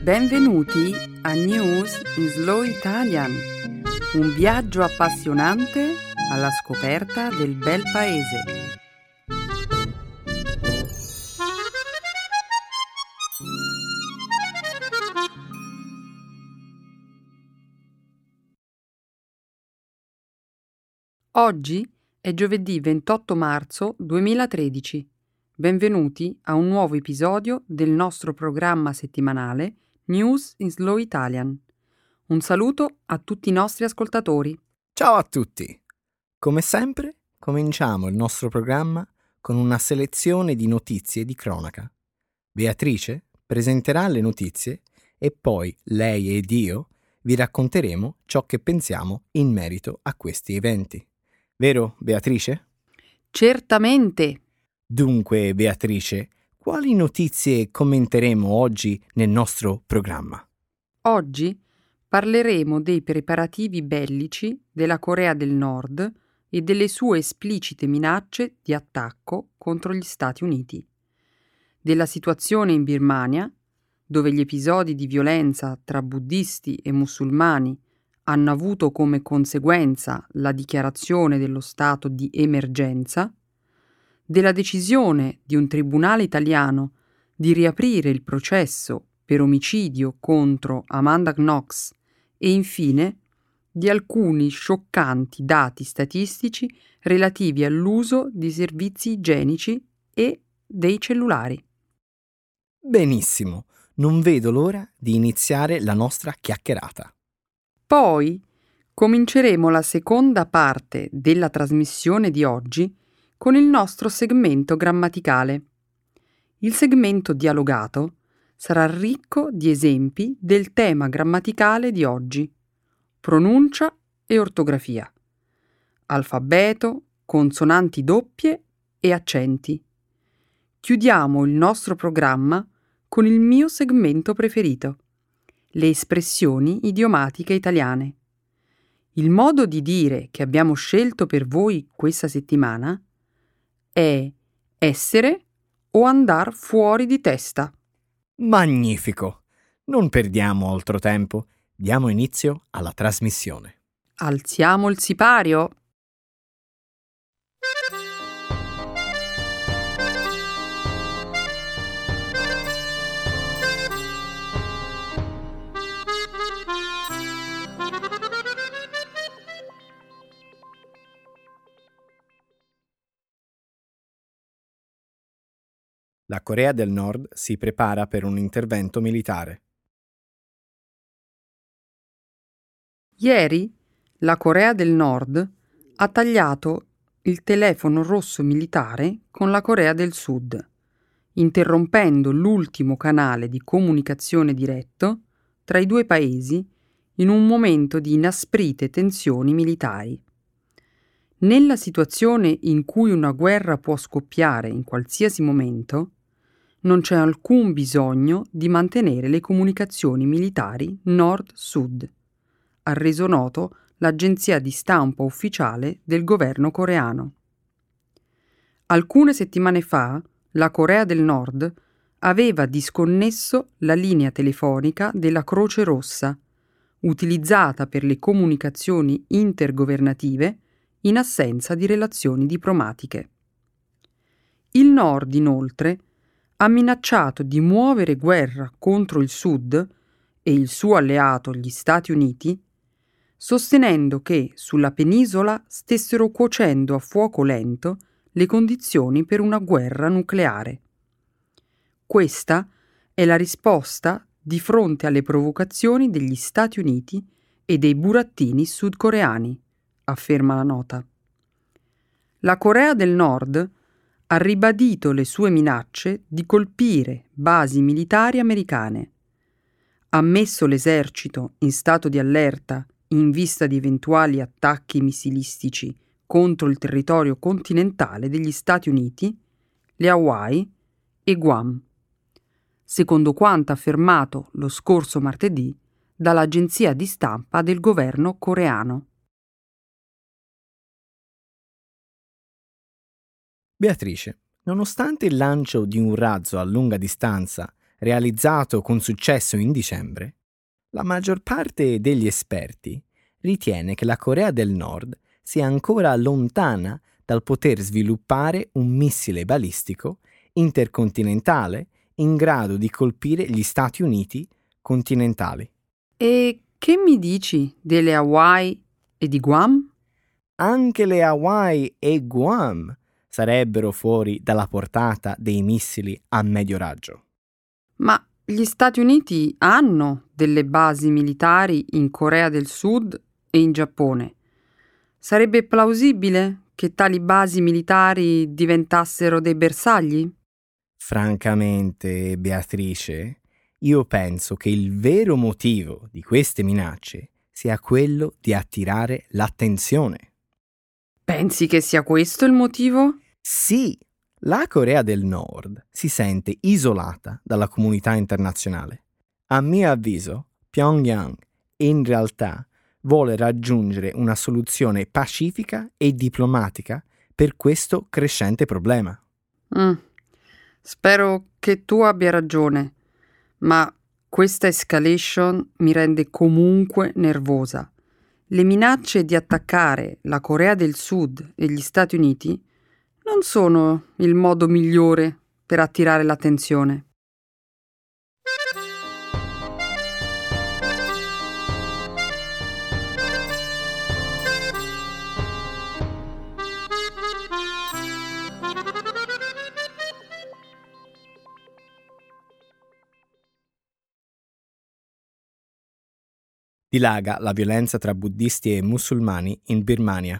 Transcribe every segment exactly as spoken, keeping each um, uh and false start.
Benvenuti a News in Slow Italian, un viaggio appassionante alla scoperta del bel paese. Oggi è giovedì ventotto marzo duemilatredici. Benvenuti a un nuovo episodio del nostro programma settimanale News in Slow Italian. Un saluto a tutti i nostri ascoltatori. Ciao a tutti! Come sempre, cominciamo il nostro programma con una selezione di notizie di cronaca. Beatrice presenterà le notizie e poi lei ed io vi racconteremo ciò che pensiamo in merito a questi eventi. Vero, Beatrice? Certamente! Dunque, Beatrice, quali notizie commenteremo oggi nel nostro programma? Oggi parleremo dei preparativi bellici della Corea del Nord e delle sue esplicite minacce di attacco contro gli Stati Uniti, della situazione in Birmania, dove gli episodi di violenza tra buddisti e musulmani hanno avuto come conseguenza la dichiarazione dello stato di emergenza, della decisione di un tribunale italiano di riaprire il processo per omicidio contro Amanda Knox e infine di alcuni scioccanti dati statistici relativi all'uso di servizi igienici e dei cellulari. Benissimo, non vedo l'ora di iniziare la nostra chiacchierata. Poi cominceremo la seconda parte della trasmissione di oggi con il nostro segmento grammaticale. Il segmento dialogato sarà ricco di esempi del tema grammaticale di oggi: pronuncia e ortografia, alfabeto, consonanti doppie e accenti. Chiudiamo il nostro programma con il mio segmento preferito: le espressioni idiomatiche italiane. Il modo di dire che abbiamo scelto per voi questa settimana è essere o andar fuori di testa. Magnifico! Non perdiamo altro tempo, diamo inizio alla trasmissione. Alziamo il sipario. La Corea del Nord si prepara per un intervento militare. Ieri la Corea del Nord ha tagliato il telefono rosso militare con la Corea del Sud, interrompendo l'ultimo canale di comunicazione diretto tra i due paesi in un momento di inasprite tensioni militari. Nella situazione in cui una guerra può scoppiare in qualsiasi momento, non c'è alcun bisogno di mantenere le comunicazioni militari nord-sud, ha reso noto l'agenzia di stampa ufficiale del governo coreano. Alcune settimane fa, la Corea del Nord aveva disconnesso la linea telefonica della Croce Rossa, utilizzata per le comunicazioni intergovernative in assenza di relazioni diplomatiche. Il Nord, inoltre, ha minacciato di muovere guerra contro il Sud e il suo alleato gli Stati Uniti, sostenendo che sulla penisola stessero cuocendo a fuoco lento le condizioni per una guerra nucleare. Questa è la risposta di fronte alle provocazioni degli Stati Uniti e dei burattini sudcoreani, afferma la nota. La Corea del Nord ha ribadito le sue minacce di colpire basi militari americane, ha messo l'esercito in stato di allerta in vista di eventuali attacchi missilistici contro il territorio continentale degli Stati Uniti, le Hawaii e Guam, secondo quanto affermato lo scorso martedì dall'agenzia di stampa del governo coreano. Beatrice, nonostante il lancio di un razzo a lunga distanza realizzato con successo in dicembre, la maggior parte degli esperti ritiene che la Corea del Nord sia ancora lontana dal poter sviluppare un missile balistico intercontinentale in grado di colpire gli Stati Uniti continentali. E che mi dici delle Hawaii e di Guam? Anche le Hawaii e Guam sarebbero fuori dalla portata dei missili a medio raggio. Ma gli Stati Uniti hanno delle basi militari in Corea del Sud e in Giappone. Sarebbe plausibile che tali basi militari diventassero dei bersagli? Francamente, Beatrice, io penso che il vero motivo di queste minacce sia quello di attirare l'attenzione. Pensi che sia questo il motivo? Sì, la Corea del Nord si sente isolata dalla comunità internazionale. A mio avviso, Pyongyang in realtà vuole raggiungere una soluzione pacifica e diplomatica per questo crescente problema. Mm. Spero che tu abbia ragione, ma questa escalation mi rende comunque nervosa. Le minacce di attaccare la Corea del Sud e gli Stati Uniti non sono il modo migliore per attirare l'attenzione. Dilaga la violenza tra buddisti e musulmani in Birmania.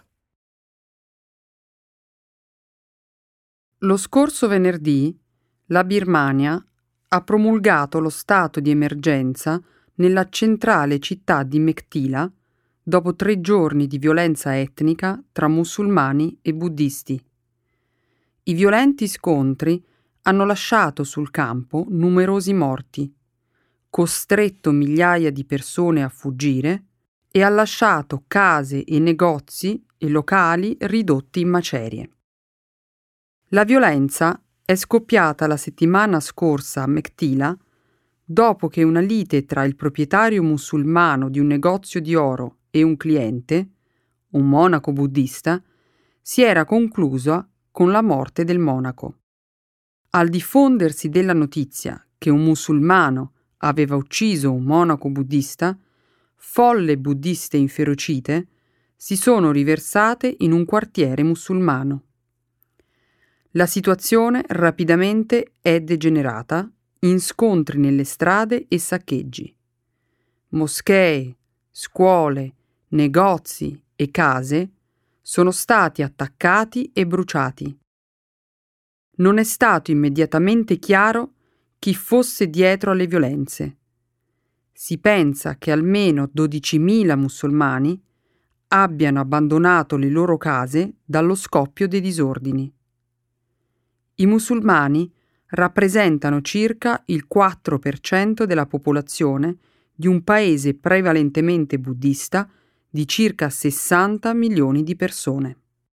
Lo scorso venerdì la Birmania ha promulgato lo stato di emergenza nella centrale città di Mektila dopo tre giorni di violenza etnica tra musulmani e buddisti. I violenti scontri hanno lasciato sul campo numerosi morti, costretto migliaia di persone a fuggire e ha lasciato case e negozi e locali ridotti in macerie. La violenza è scoppiata la settimana scorsa a Mektila dopo che una lite tra il proprietario musulmano di un negozio di oro e un cliente, un monaco buddista, si era conclusa con la morte del monaco. Al diffondersi della notizia che un musulmano aveva ucciso un monaco buddista, folle buddiste inferocite si sono riversate in un quartiere musulmano. La situazione rapidamente è degenerata in scontri nelle strade e saccheggi. Moschee, scuole, negozi e case sono stati attaccati e bruciati. Non è stato immediatamente chiaro chi fosse dietro alle violenze. Si pensa che almeno dodicimila musulmani abbiano abbandonato le loro case dallo scoppio dei disordini. I musulmani rappresentano circa il quattro per cento della popolazione di un paese prevalentemente buddista di circa sessanta milioni di persone.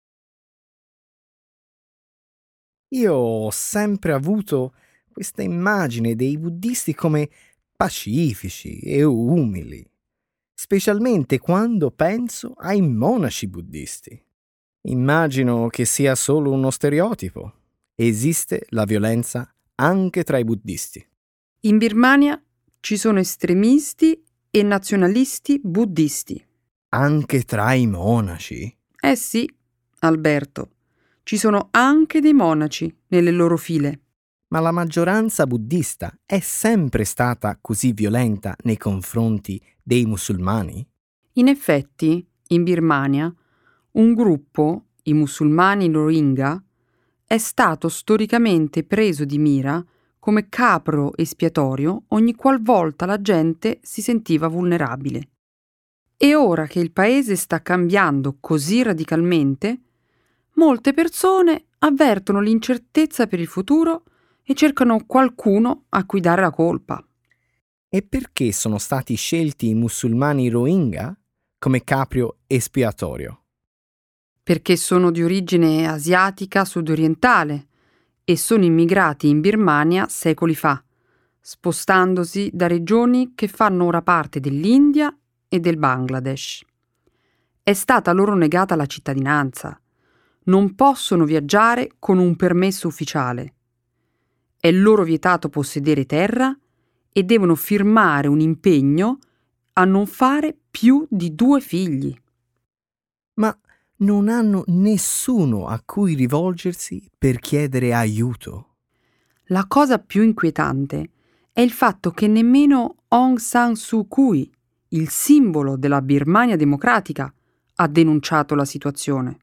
Io ho sempre avuto questa immagine dei buddisti come pacifici e umili, specialmente quando penso ai monaci buddisti. Immagino che sia solo uno stereotipo. Esiste la violenza anche tra i buddisti. In Birmania ci sono estremisti e nazionalisti buddisti. Anche tra i monaci? Eh sì, Alberto, ci sono anche dei monaci nelle loro file. Ma la maggioranza buddista è sempre stata così violenta nei confronti dei musulmani? In effetti, in Birmania, un gruppo, i musulmani Rohingya, è stato storicamente preso di mira come capro espiatorio ogni qualvolta la gente si sentiva vulnerabile. E ora che il paese sta cambiando così radicalmente, molte persone avvertono l'incertezza per il futuro e cercano qualcuno a cui dare la colpa. E perché sono stati scelti i musulmani Rohingya come capro espiatorio? Perché sono di origine asiatica sudorientale e sono immigrati in Birmania secoli fa, spostandosi da regioni che fanno ora parte dell'India e del Bangladesh. È stata loro negata la cittadinanza. Non possono viaggiare con un permesso ufficiale. È loro vietato possedere terra e devono firmare un impegno a non fare più di due figli. Ma non hanno nessuno a cui rivolgersi per chiedere aiuto. La cosa più inquietante è il fatto che nemmeno Aung San Suu Kyi, il simbolo della Birmania democratica, ha denunciato la situazione.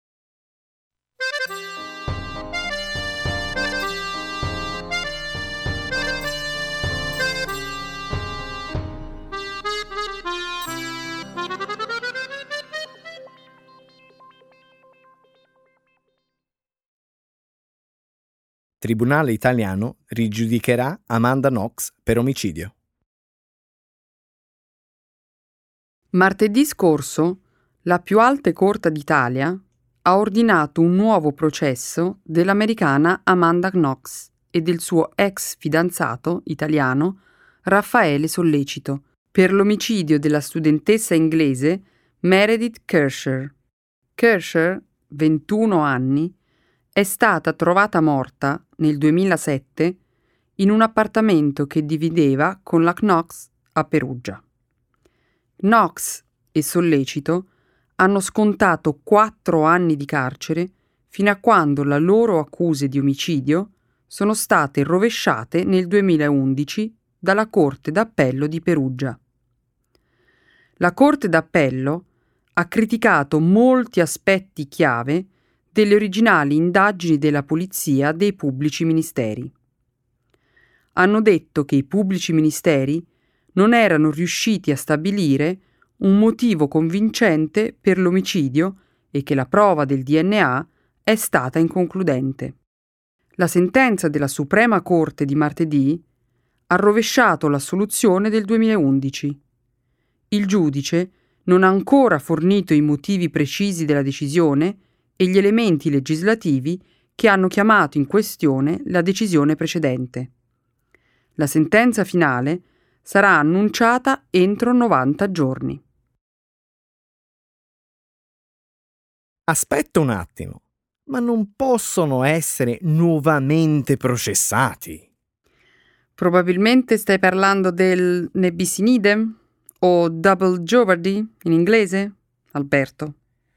Tribunale italiano rigiudicherà Amanda Knox per omicidio. Martedì scorso, la più alta corte d'Italia ha ordinato un nuovo processo dell'americana Amanda Knox e del suo ex fidanzato italiano Raffaele Sollecito per l'omicidio della studentessa inglese Meredith Kersher. Kersher, ventuno anni, è stata trovata morta nel duemilasette in un appartamento che divideva con la Knox a Perugia. Knox e Sollecito hanno scontato quattro anni di carcere fino a quando le loro accuse di omicidio sono state rovesciate nel duemilaundici dalla Corte d'Appello di Perugia. La Corte d'Appello ha criticato molti aspetti chiave delle originali indagini della polizia dei pubblici ministeri. Hanno detto che i pubblici ministeri non erano riusciti a stabilire un motivo convincente per l'omicidio e che la prova del D N A è stata inconcludente. La sentenza della Suprema Corte di martedì ha rovesciato l'assoluzione del duemilaundici. Il giudice non ha ancora fornito i motivi precisi della decisione e gli elementi legislativi che hanno chiamato in questione la decisione precedente. La sentenza finale sarà annunciata entro novanta giorni. Aspetta un attimo, ma non possono essere nuovamente processati. Probabilmente stai parlando del ne bis in idem o double jeopardy in inglese, Alberto?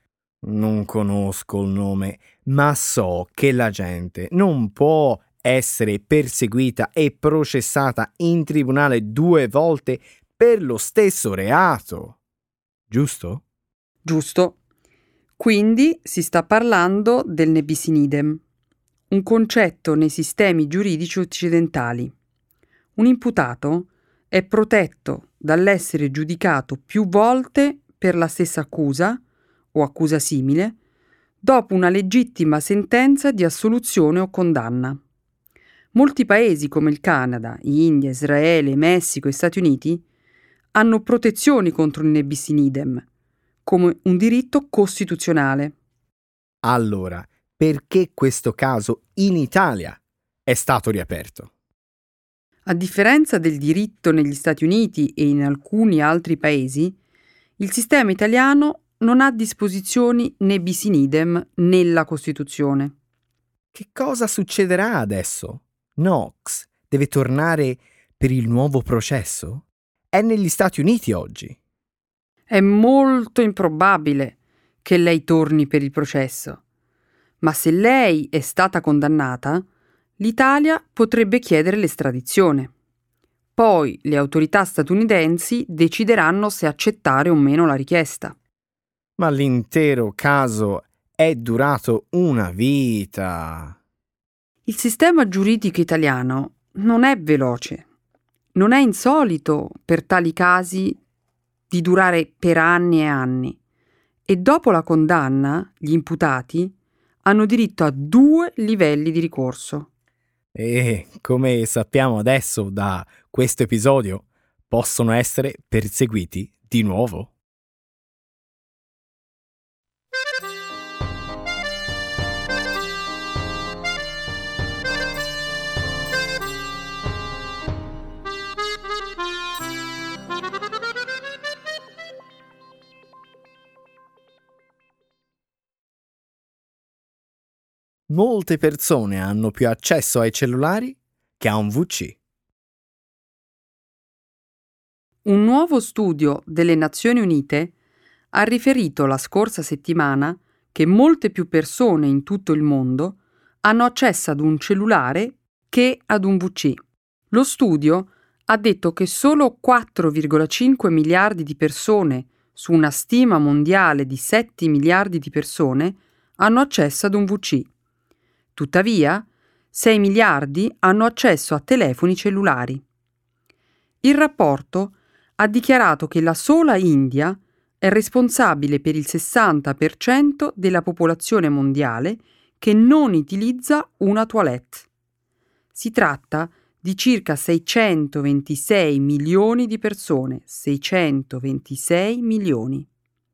Non conosco il nome, ma so che la gente non può essere perseguita e processata in tribunale due volte per lo stesso reato. Giusto? Giusto. Quindi si sta parlando del ne bis in idem, un concetto nei sistemi giuridici occidentali. Un imputato è protetto dall'essere giudicato più volte per la stessa accusa o accusa simile dopo una legittima sentenza di assoluzione o condanna. Molti paesi come il Canada, India, Israele, Messico e Stati Uniti hanno protezioni contro il ne bis in idem come un diritto costituzionale. Allora, perché questo caso in Italia è stato riaperto? A differenza del diritto negli Stati Uniti e in alcuni altri paesi, il sistema italiano non ha disposizioni ne bis in idem nella Costituzione. Che cosa succederà adesso? Knox deve tornare per il nuovo processo? È negli Stati Uniti oggi. È molto improbabile che lei torni per il processo, ma se lei è stata condannata, l'Italia potrebbe chiedere l'estradizione. Poi le autorità statunitensi decideranno se accettare o meno la richiesta. Ma l'intero caso è durato una vita. Il sistema giuridico italiano non è veloce. Non è insolito per tali casi di durare per anni e anni. E dopo la condanna, gli imputati hanno diritto a due livelli di ricorso. E, come sappiamo adesso da questo episodio, possono essere perseguiti di nuovo. molte persone hanno più accesso ai cellulari che a un vu ci. Un nuovo studio delle Nazioni Unite ha riferito la scorsa settimana che molte più persone in tutto il mondo hanno accesso ad un cellulare che ad un vu ci. Lo studio ha detto che solo quattro virgola cinque miliardi di persone su una stima mondiale di sette miliardi di persone hanno accesso ad un vu ci. Tuttavia, sei miliardi hanno accesso a telefoni cellulari. Il rapporto ha dichiarato che la sola India è responsabile per il sessanta per cento della popolazione mondiale che non utilizza una toilette. Si tratta di circa seicentoventisei milioni di persone, seicentoventisei milioni.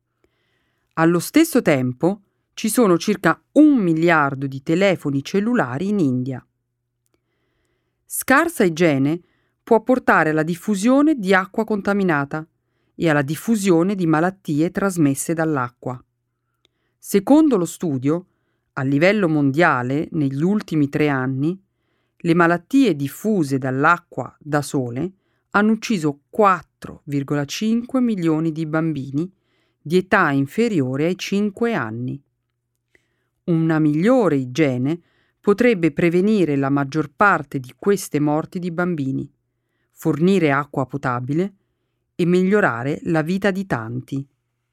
Allo stesso tempo ci sono circa un miliardo di telefoni cellulari in India. Scarsa igiene può portare alla diffusione di acqua contaminata e alla diffusione di malattie trasmesse dall'acqua. Secondo lo studio, a livello mondiale, negli ultimi tre anni, le malattie diffuse dall'acqua da sole hanno ucciso quattro virgola cinque milioni di bambini di età inferiore ai cinque anni. Una migliore igiene potrebbe prevenire la maggior parte di queste morti di bambini, fornire acqua potabile e migliorare la vita di tanti.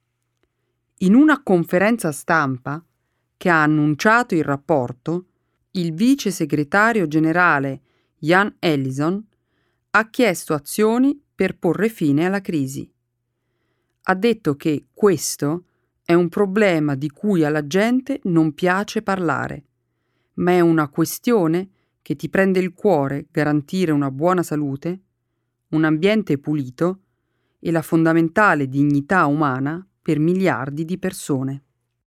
In una conferenza stampa che ha annunciato il rapporto, il vice segretario generale Jan Ellison ha chiesto azioni per porre fine alla crisi. Ha detto che questo è un problema di cui alla gente non piace parlare, ma è una questione che ti prende il cuore garantire una buona salute, un ambiente pulito e la fondamentale dignità umana per miliardi di persone.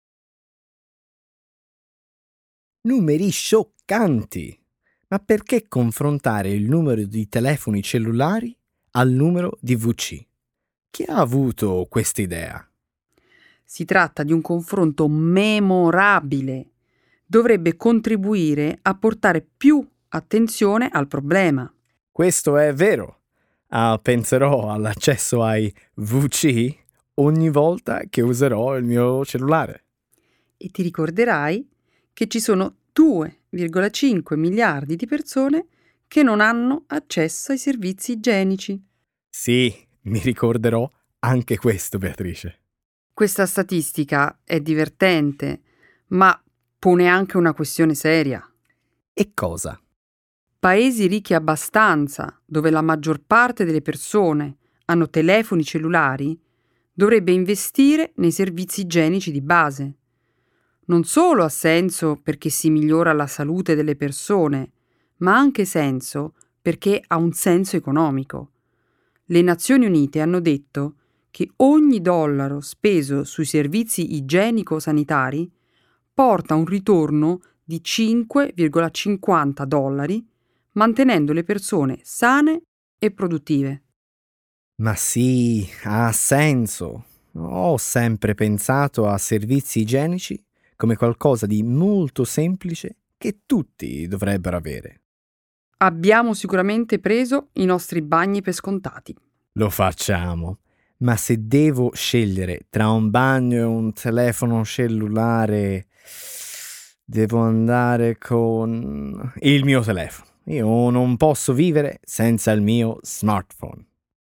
Numeri scioccanti! Ma perché confrontare il numero di telefoni cellulari al numero di vu ci? Chi ha avuto questa idea? Si tratta di un confronto memorabile. Dovrebbe contribuire a portare più attenzione al problema. Questo è vero. Ah, penserò all'accesso ai vu ci ogni volta che userò il mio cellulare. E ti ricorderai che ci sono due virgola cinque miliardi di persone che non hanno accesso ai servizi igienici. Sì, mi ricorderò anche questo, Beatrice. Questa statistica è divertente, ma pone anche una questione seria. E cosa? Paesi ricchi abbastanza, dove la maggior parte delle persone hanno telefoni cellulari, dovrebbe investire nei servizi igienici di base. Non solo ha senso perché si migliora la salute delle persone, ma ha anche senso perché ha un senso economico. Le Nazioni Unite hanno detto che ogni dollaro speso sui servizi igienico-sanitari porta un ritorno di cinque virgola cinquanta dollari, mantenendo le persone sane e produttive. Ma sì, ha senso. Ho sempre pensato a servizi igienici come qualcosa di molto semplice che tutti dovrebbero avere. Abbiamo sicuramente preso i nostri bagni per scontati. Lo facciamo, ma se devo scegliere tra un bagno e un telefono cellulare, devo andare con il mio telefono. Io non posso vivere senza il mio smartphone.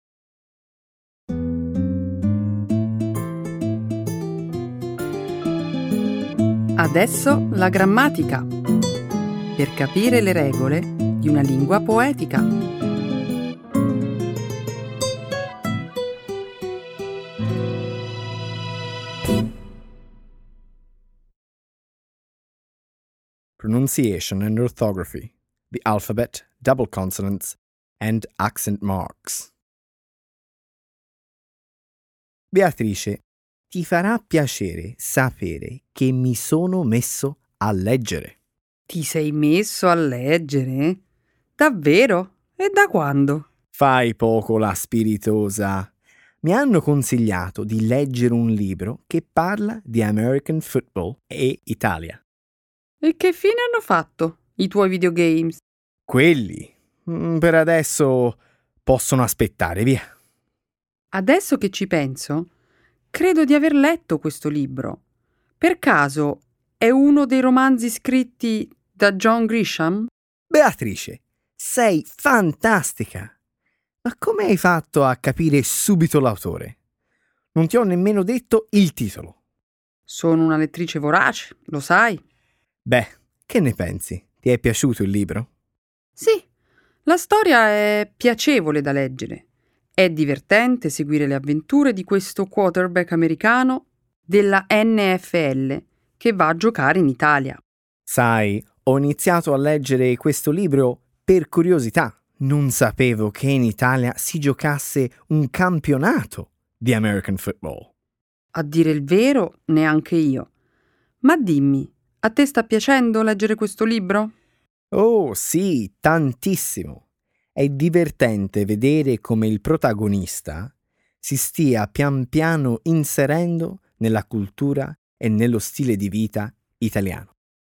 Adesso la grammatica, per capire le regole di una lingua poetica. Pronunciation and orthography, the alphabet, double consonants, and accent marks. Beatrice, ti farà piacere sapere che mi sono messo a leggere. Ti sei messo a leggere? Davvero? E da quando? Fai poco la spiritosa. Mi hanno consigliato di leggere un libro che parla di American football e Italia. E che fine hanno fatto i tuoi videogames? Quelli, mm, per adesso, possono aspettare, via. Adesso che ci penso, credo di aver letto questo libro. Per caso è uno dei romanzi scritti da John Grisham? Beatrice, sei fantastica! Ma come hai fatto a capire subito l'autore? Non ti ho nemmeno detto il titolo. Sono una lettrice vorace, lo sai. Beh, che ne pensi? Ti è piaciuto il libro? Sì, la storia è piacevole da leggere. È divertente seguire le avventure di questo quarterback americano della N F L che va a giocare in Italia. Sai, ho iniziato a leggere questo libro per curiosità. Non sapevo che in Italia si giocasse un campionato di American Football. A dire il vero, neanche io. Ma dimmi, a te sta piacendo leggere questo libro? Oh, sì, tantissimo. È divertente vedere come il protagonista si stia pian piano inserendo nella cultura e nello stile di vita italiano.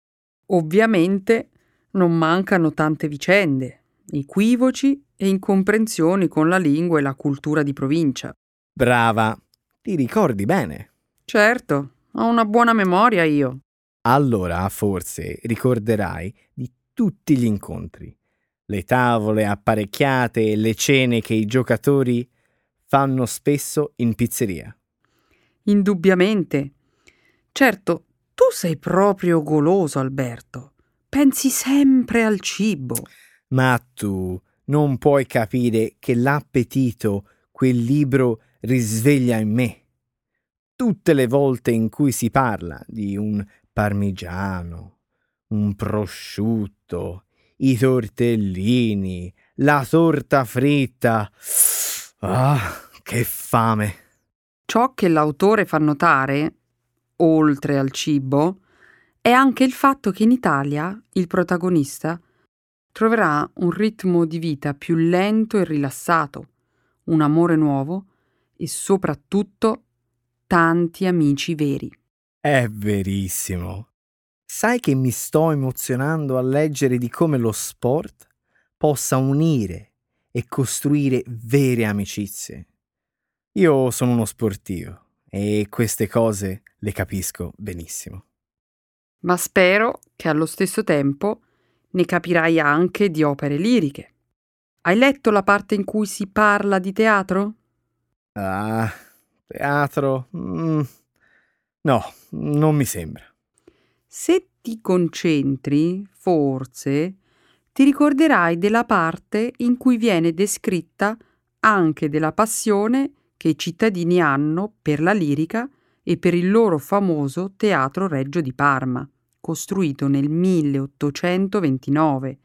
Ovviamente non mancano tante vicende, equivoci e incomprensioni con la lingua e la cultura di provincia. Brava, ti ricordi bene? Certo, ho una buona memoria io. Allora forse ricorderai di tutti gli incontri, le tavole apparecchiate e le cene che i giocatori fanno spesso in pizzeria. Indubbiamente. Certo, tu sei proprio goloso, Alberto. Pensi sempre al cibo. Ma tu non puoi capire che l'appetito quel libro risveglia in me. Tutte le volte in cui si parla di un parmigiano, un prosciutto, i tortellini, la torta fritta. Ah, che fame! Ciò che l'autore fa notare, oltre al cibo, è anche il fatto che in Italia il protagonista troverà un ritmo di vita più lento e rilassato, un amore nuovo e soprattutto tanti amici veri. È verissimo. Sai che mi sto emozionando a leggere di come lo sport possa unire e costruire vere amicizie. Io sono uno sportivo e queste cose le capisco benissimo. Ma spero che allo stesso tempo ne capirai anche di opere liriche. Hai letto la parte in cui si parla di teatro? Ah, teatro? Mm, no, non mi sembra. Se ti concentri, forse, ti ricorderai della parte in cui viene descritta anche della passione che i cittadini hanno per la lirica e per il loro famoso Teatro Regio di Parma, costruito nel milleottocentoventinove.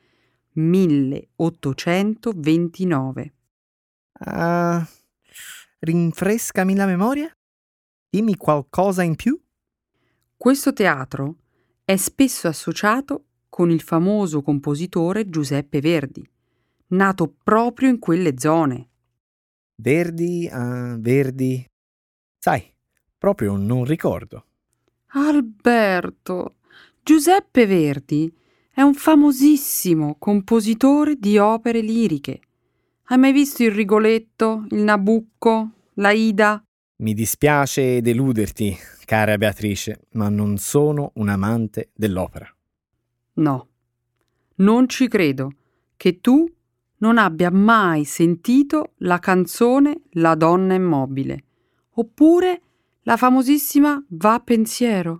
milleottocentoventinove. Ah, rinfrescami la memoria? Dimmi qualcosa in più? Questo teatro è spesso associato con il famoso compositore Giuseppe Verdi, nato proprio in quelle zone. Verdi, ah, Verdi. Sai, proprio non ricordo. Alberto, Giuseppe Verdi è un famosissimo compositore di opere liriche. Hai mai visto il Rigoletto, il Nabucco, l'Aida? Mi dispiace deluderti, cara Beatrice, ma non sono un amante dell'opera. No, non ci credo che tu non abbia mai sentito la canzone La donna immobile, oppure la famosissima Va a pensiero.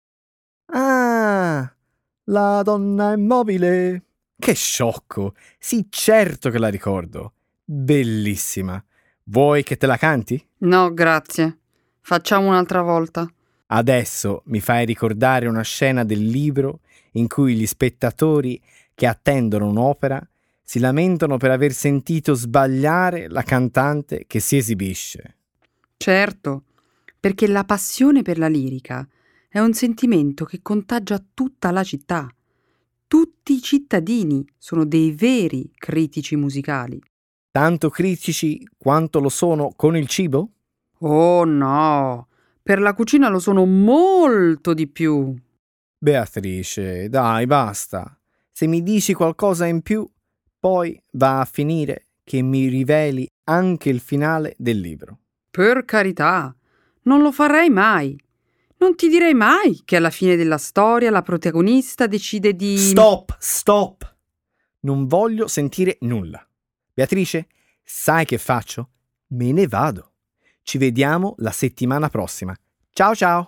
Ah, la donna immobile. Che sciocco! Sì, certo che la ricordo. Bellissima. Vuoi che te la canti? No, grazie. Facciamo un'altra volta. Adesso mi fai ricordare una scena del libro in cui gli spettatori che attendono un'opera si lamentano per aver sentito sbagliare la cantante che si esibisce. Certo, perché la passione per la lirica è un sentimento che contagia tutta la città. Tutti i cittadini sono dei veri critici musicali. Tanto critici quanto lo sono con il cibo? Oh no, per la cucina lo sono molto di più. Beatrice, dai, basta. Se mi dici qualcosa in più, poi va a finire che mi riveli anche il finale del libro. Per carità, non lo farei mai. Non ti direi mai che alla fine della storia la protagonista decide di... Stop, stop! Non voglio sentire nulla. Beatrice, sai che faccio? Me ne vado. Ci vediamo la settimana prossima. Ciao ciao!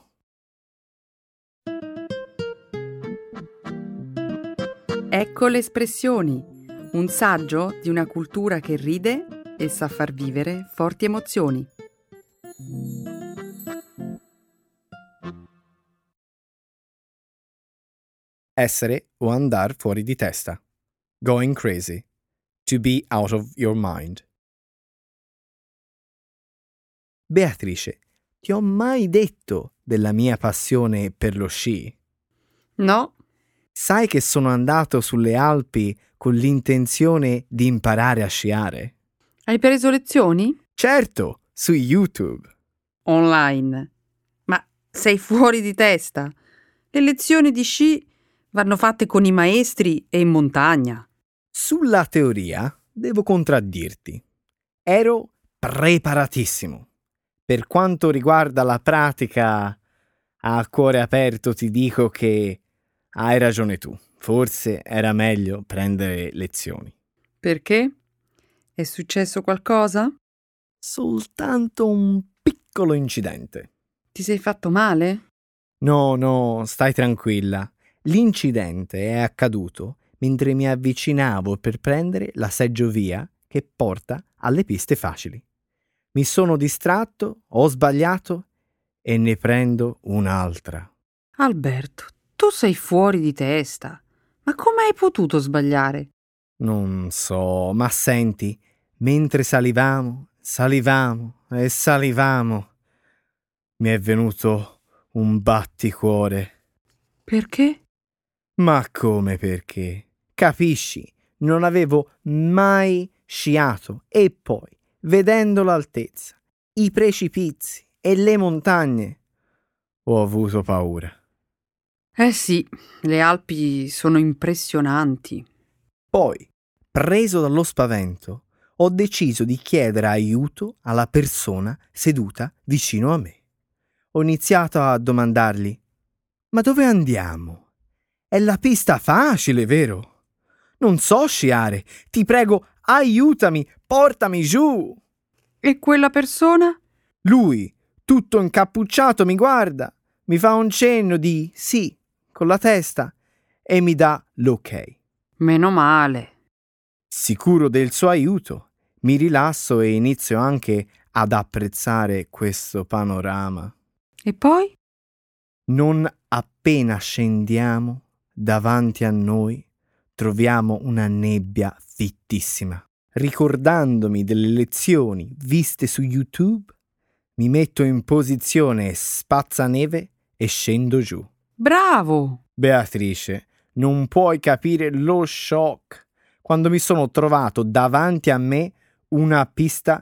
Ecco le espressioni, un saggio di una cultura che ride e sa far vivere forti emozioni. Essere o andar fuori di testa. Going crazy. To be out of your mind. Beatrice, ti ho mai detto della mia passione per lo sci? No, Sai che sono andato sulle Alpi con l'intenzione di imparare a sciare? hai preso lezioni? Certo, su YouTube. Online. Ma sei fuori di testa. Le lezioni di sci vanno fatte con i maestri e in montagna. Sulla teoria devo contraddirti. Ero preparatissimo. Per quanto riguarda la pratica, a cuore aperto ti dico che hai ragione tu. Forse era meglio prendere lezioni. Perché? È successo qualcosa? Soltanto un piccolo incidente. Ti sei fatto male? No, no, stai tranquilla. L'incidente è accaduto mentre mi avvicinavo per prendere la seggiovia che porta alle piste facili. Mi sono distratto, ho sbagliato e ne prendo un'altra. Alberto, tu sei fuori di testa. Ma come hai potuto sbagliare? Non so, ma senti, mentre salivamo, salivamo e salivamo, mi è venuto un batticuore. Perché? Ma come perché? Capisci? Non avevo mai sciato e poi, vedendo l'altezza, i precipizi e le montagne, ho avuto paura. Eh sì, le Alpi sono impressionanti. Poi, preso dallo spavento, ho deciso di chiedere aiuto alla persona seduta vicino a me. Ho iniziato a domandargli: ma dove andiamo? È la pista facile, vero? Non so sciare. Ti prego, aiutami, portami giù. E quella persona? Lui, tutto incappucciato, mi guarda, mi fa un cenno di sì con la testa e mi dà l'ok. Meno male. Sicuro del suo aiuto, mi rilasso e inizio anche ad apprezzare questo panorama. E poi? Non appena scendiamo, davanti a noi troviamo una nebbia fittissima. Ricordandomi delle lezioni viste su YouTube, mi metto in posizione spazzaneve e scendo giù. Bravo! Beatrice, non puoi capire lo shock quando mi sono trovato davanti a me una pista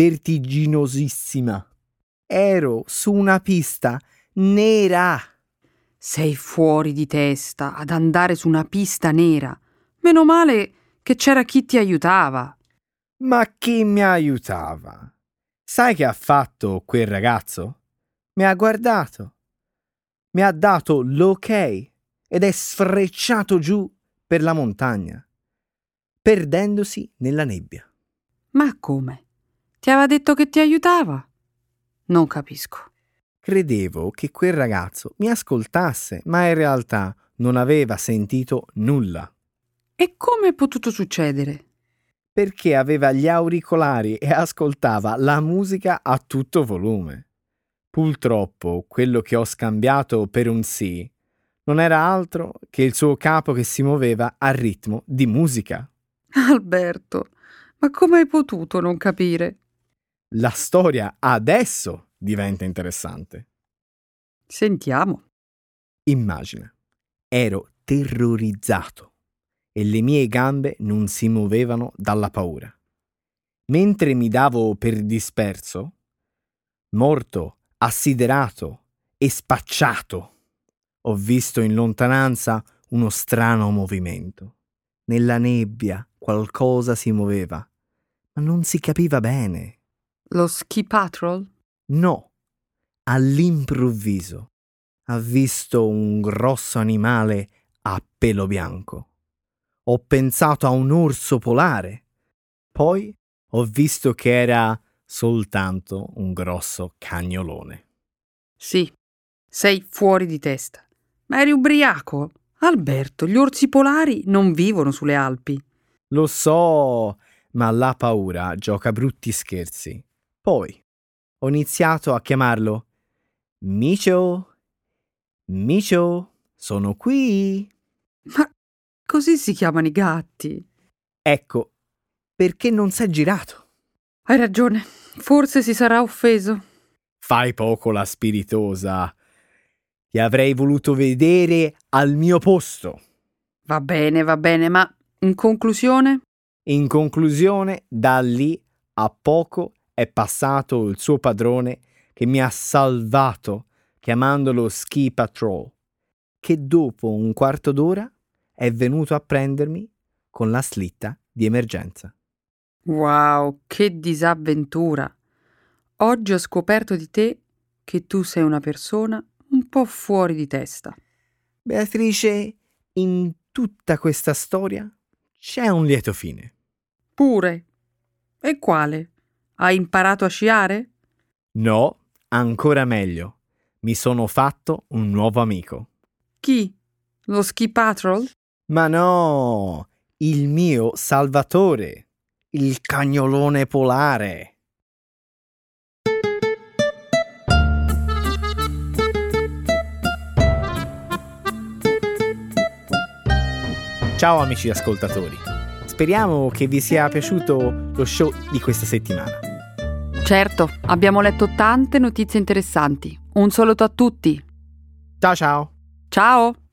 vertiginosissima. Ero su una pista nera. Sei fuori di testa ad andare su una pista nera. Meno male che c'era chi ti aiutava. Ma chi mi aiutava? Sai che ha fatto quel ragazzo? Mi ha guardato, mi ha dato l'ok ed è sfrecciato giù per la montagna, perdendosi nella nebbia. Ma come? Ti aveva detto che ti aiutava? Non capisco. Credevo che quel ragazzo mi ascoltasse, ma in realtà non aveva sentito nulla. E come è potuto succedere? Perché aveva gli auricolari e ascoltava la musica a tutto volume. Purtroppo quello che ho scambiato per un sì non era altro che il suo capo che si muoveva al ritmo di musica. Alberto, ma come hai potuto non capire? La storia adesso diventa interessante. Sentiamo. Immagina, ero terrorizzato e le mie gambe non si muovevano dalla paura. Mentre mi davo per disperso, morto, assiderato e spacciato, Ho visto in lontananza uno strano movimento. Nella nebbia qualcosa si muoveva, ma non si capiva bene. Lo Ski Patrol? No, all'improvviso ha visto un grosso animale a pelo bianco. Ho pensato a un orso polare. Poi ho visto che era soltanto un grosso cagnolone. Sì, sei fuori di testa. Ma eri ubriaco? Alberto, gli orsi polari non vivono sulle Alpi. Lo so, ma la paura gioca brutti scherzi. Poi ho iniziato a chiamarlo Micio, Micio, sono qui. Ma così si chiamano i gatti. Ecco, perché non s'è girato? Hai ragione, forse si sarà offeso. Fai poco la spiritosa. Ti avrei voluto vedere al mio posto. Va bene, va bene, ma in conclusione? In conclusione, da lì a poco è passato il suo padrone che mi ha salvato chiamandolo Ski Patrol, che dopo un quarto d'ora è venuto a prendermi con la slitta di emergenza. Wow, che disavventura! Oggi ho scoperto di te che tu sei una persona un po' fuori di testa. Beatrice, in tutta questa storia c'è un lieto fine. Pure. E quale? Hai imparato a sciare? No, ancora meglio. Mi sono fatto un nuovo amico. Chi? Lo Ski Patrol? Ma no, il mio salvatore, il cagnolone polare. Ciao amici ascoltatori, speriamo che vi sia piaciuto lo show di questa settimana. Certo, abbiamo letto tante notizie interessanti. Un saluto a tutti. Ciao ciao! Ciao!